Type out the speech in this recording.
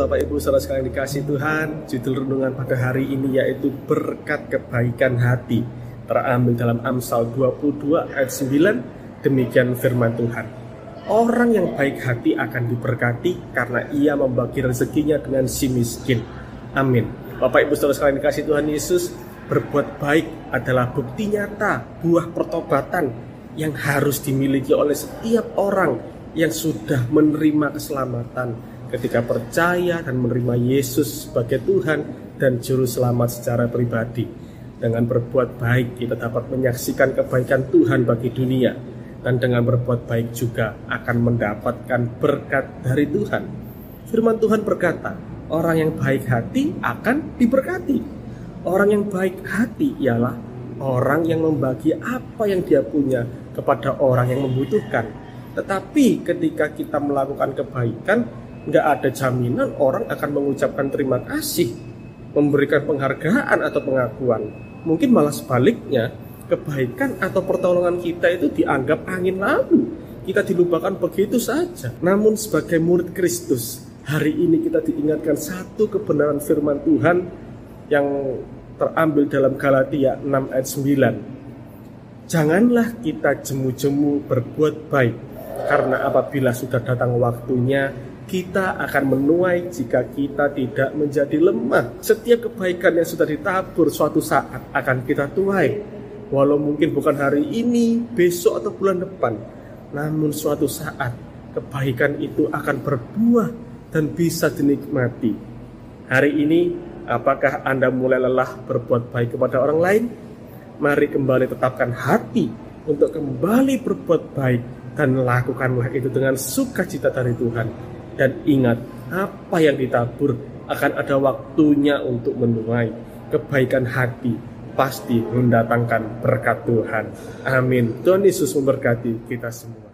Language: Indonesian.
Bapak Ibu saudara sekalian dikasih Tuhan. Judul renungan pada hari ini yaitu berkat kebaikan hati, terambil dalam Amsal 22 ayat 9. Demikian firman Tuhan. Orang yang baik hati akan diberkati karena ia membagi rezekinya dengan si miskin. Amin. Bapak Ibu saudara sekalian dikasih Tuhan Yesus, berbuat baik adalah bukti nyata buah pertobatan yang harus dimiliki oleh setiap orang yang sudah menerima keselamatan ketika percaya dan menerima Yesus sebagai Tuhan dan Juru Selamat secara pribadi. Dengan berbuat baik kita dapat menyaksikan kebaikan Tuhan bagi dunia, dan dengan berbuat baik juga akan mendapatkan berkat dari Tuhan. Firman Tuhan berkata, orang yang baik hati akan diberkati. Orang yang baik hati ialah orang yang membagi apa yang dia punya kepada orang yang membutuhkan. Tetapi ketika kita melakukan kebaikan, nggak ada jaminan orang akan mengucapkan terima kasih, memberikan penghargaan atau pengakuan. Mungkin malah sebaliknya, kebaikan atau pertolongan kita itu dianggap angin lalu. Kita dilupakan begitu saja. Namun sebagai murid Kristus, hari ini kita diingatkan satu kebenaran firman Tuhan yang terambil dalam Galatia 6 ayat 9. Janganlah kita jemu-jemu berbuat baik, karena apabila sudah datang waktunya, kita akan menuai jika kita tidak menjadi lemah. Setiap kebaikan yang sudah ditabur suatu saat akan kita tuai. Walau mungkin bukan hari ini, besok atau bulan depan, namun suatu saat kebaikan itu akan berbuah dan bisa dinikmati. Hari ini, apakah Anda mulai lelah berbuat baik kepada orang lain? Mari kembali tetapkan hati untuk kembali berbuat baik, dan lakukanlah itu dengan sukacita dari Tuhan. Dan ingat, apa yang ditabur akan ada waktunya untuk menuai. Kebaikan hati pasti mendatangkan berkat Tuhan. Amin. Tuhan Yesus memberkati kita semua.